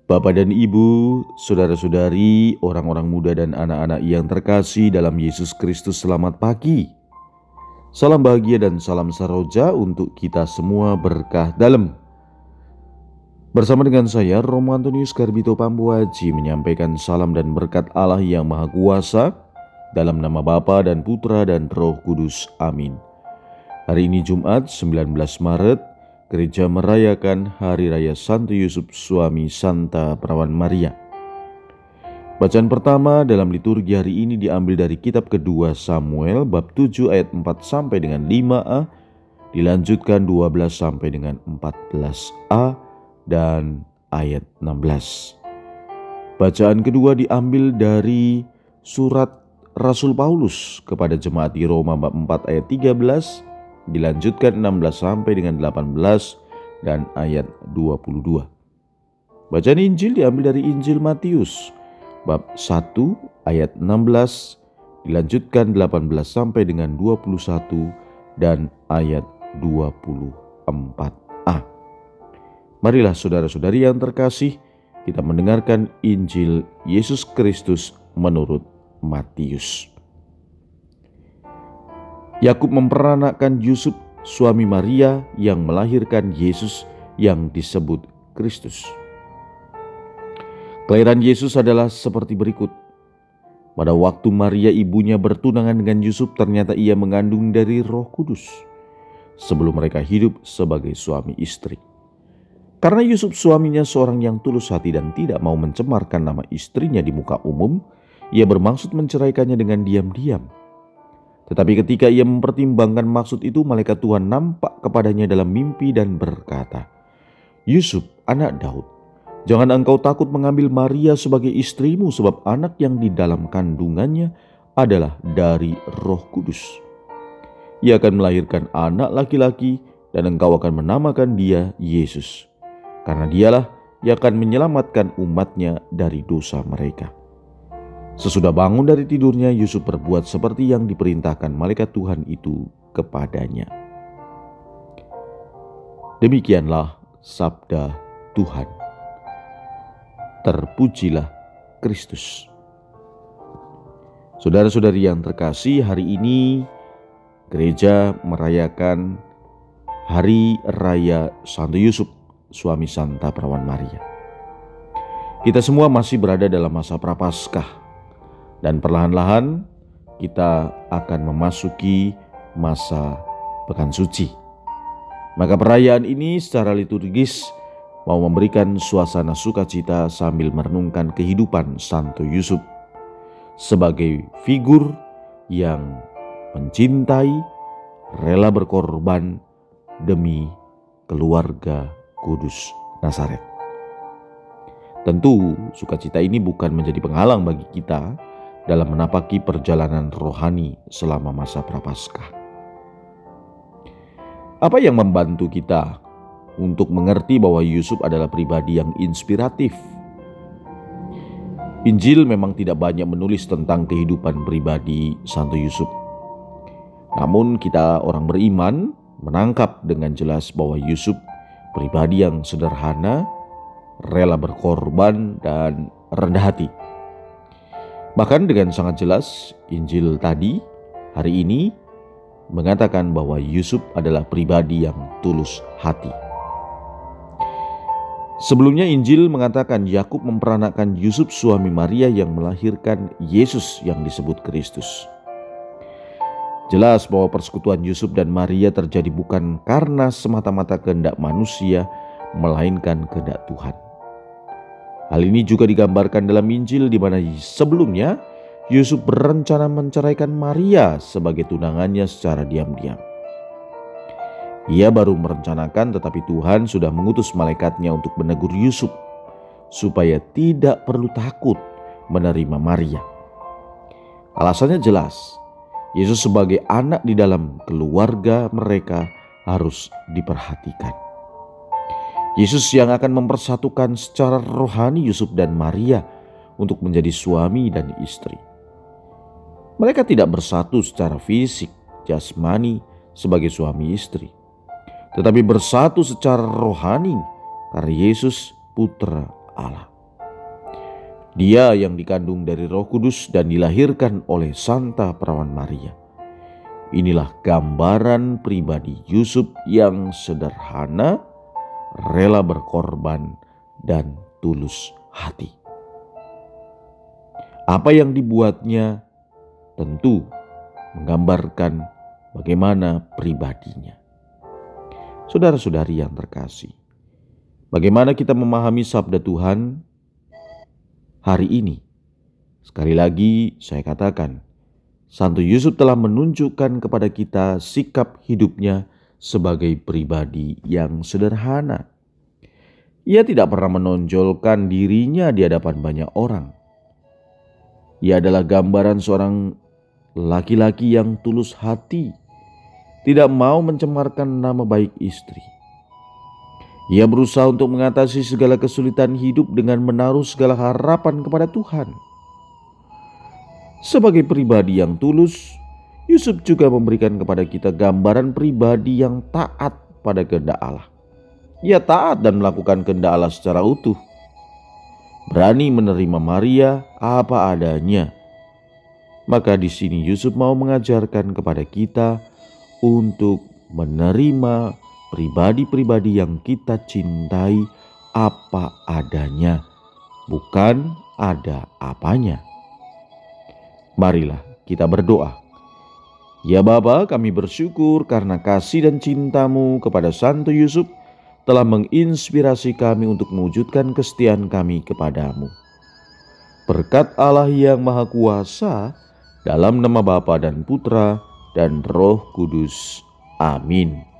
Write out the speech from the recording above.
Bapak dan Ibu, saudara-saudari, orang-orang muda dan anak-anak yang terkasih dalam Yesus Kristus, selamat pagi. Salam bahagia dan salam saroja untuk kita semua berkah dalam. Bersama dengan saya, Romo Antonius Garbito Pambuaji, menyampaikan salam dan berkat Allah yang Maha Kuasa, dalam nama Bapa dan Putra dan Roh Kudus. Amin. Hari ini Jumat 19 Maret, Gereja merayakan Hari Raya Santo Yusuf Suami Santa Perawan Maria. Bacaan pertama dalam liturgi hari ini diambil dari kitab kedua Samuel bab 7 ayat 4 sampai dengan 5a, dilanjutkan 12 sampai dengan 14a dan ayat 16. Bacaan kedua diambil dari surat Rasul Paulus kepada jemaat di Roma bab 4 ayat 13, dilanjutkan 16 sampai dengan 18 dan ayat 22. Bacaan Injil diambil dari Injil Matius bab 1 ayat 16, dilanjutkan 18 sampai dengan 21 dan ayat 24a. Marilah saudara-saudari yang terkasih, kita mendengarkan Injil Yesus Kristus menurut Matius. Yakub memperanakkan Yusuf, suami Maria, yang melahirkan Yesus yang disebut Kristus. Kelahiran Yesus adalah seperti berikut. Pada waktu Maria ibunya bertunangan dengan Yusuf, ternyata ia mengandung dari Roh Kudus sebelum mereka hidup sebagai suami istri. Karena Yusuf suaminya seorang yang tulus hati dan tidak mau mencemarkan nama istrinya di muka umum, ia bermaksud menceraikannya dengan diam-diam. Tetapi ketika ia mempertimbangkan maksud itu, malaikat Tuhan nampak kepadanya dalam mimpi dan berkata, "Yusuf, anak Daud, jangan engkau takut mengambil Maria sebagai istrimu, sebab anak yang di dalam kandungannya adalah dari Roh Kudus. Ia akan melahirkan anak laki-laki dan engkau akan menamakan dia Yesus, karena dialah yang akan menyelamatkan umatnya dari dosa mereka." Sesudah bangun dari tidurnya, Yusuf berbuat seperti yang diperintahkan malaikat Tuhan itu kepadanya. Demikianlah sabda Tuhan. Terpujilah Kristus. Saudara-saudari yang terkasih, hari ini gereja merayakan Hari Raya Santo Yusuf, suami Santa Perawan Maria. Kita semua masih berada dalam masa Prapaskah, dan perlahan-lahan kita akan memasuki masa Pekan Suci. Maka perayaan ini secara liturgis mau memberikan suasana sukacita sambil merenungkan kehidupan Santo Yusuf sebagai figur yang mencintai, rela berkorban demi keluarga kudus Nazaret. Tentu sukacita ini bukan menjadi penghalang bagi kita dalam menapaki perjalanan rohani selama masa Prapaskah. Apa yang membantu kita untuk mengerti bahwa Yusuf adalah pribadi yang inspiratif? Injil memang tidak banyak menulis tentang kehidupan pribadi Santo Yusuf. Namun kita orang beriman menangkap dengan jelas bahwa Yusuf pribadi yang sederhana, rela berkorban, dan rendah hati. Bahkan dengan sangat jelas, Injil tadi, hari ini, mengatakan bahwa Yusuf adalah pribadi yang tulus hati. Sebelumnya Injil mengatakan Yakub memperanakkan Yusuf suami Maria yang melahirkan Yesus yang disebut Kristus. Jelas bahwa persekutuan Yusuf dan Maria terjadi bukan karena semata-mata kehendak manusia, melainkan kehendak Tuhan. Hal ini juga digambarkan dalam Injil, di mana sebelumnya Yusuf berencana menceraikan Maria sebagai tunangannya secara diam-diam. Ia baru merencanakan, tetapi Tuhan sudah mengutus malaikatnya untuk menegur Yusuf supaya tidak perlu takut menerima Maria. Alasannya jelas, Yesus sebagai anak di dalam keluarga mereka harus diperhatikan. Yesus yang akan mempersatukan secara rohani Yusuf dan Maria untuk menjadi suami dan istri. Mereka tidak bersatu secara fisik, jasmani sebagai suami istri, tetapi bersatu secara rohani karena Yesus Putra Allah. Dia yang dikandung dari Roh Kudus dan dilahirkan oleh Santa Perawan Maria. Inilah gambaran pribadi Yusuf yang sederhana, rela berkorban, dan tulus hati. Apa yang dibuatnya tentu menggambarkan bagaimana pribadinya. Saudara-saudari yang terkasih, bagaimana kita memahami sabda Tuhan hari ini? Sekali lagi saya katakan, Santo Yusuf telah menunjukkan kepada kita sikap hidupnya sebagai pribadi yang sederhana. Ia tidak pernah menonjolkan dirinya di hadapan banyak orang. Ia adalah gambaran seorang laki-laki yang tulus hati, tidak mau mencemarkan nama baik istri. Ia berusaha untuk mengatasi segala kesulitan hidup dengan menaruh segala harapan kepada Tuhan. Sebagai pribadi yang tulus, Yusuf juga memberikan kepada kita gambaran pribadi yang taat pada kehendak Allah. Ia taat dan melakukan kehendak Allah secara utuh. Berani menerima Maria apa adanya. Maka di sini Yusuf mau mengajarkan kepada kita untuk menerima pribadi-pribadi yang kita cintai apa adanya, bukan ada apanya. Marilah kita berdoa. Ya Bapa, kami bersyukur karena kasih dan cinta-Mu kepada Santo Yusuf telah menginspirasi kami untuk mewujudkan kesetiaan kami kepadamu. Berkat Allah yang Maha Kuasa, dalam nama Bapa dan Putra dan Roh Kudus. Amin.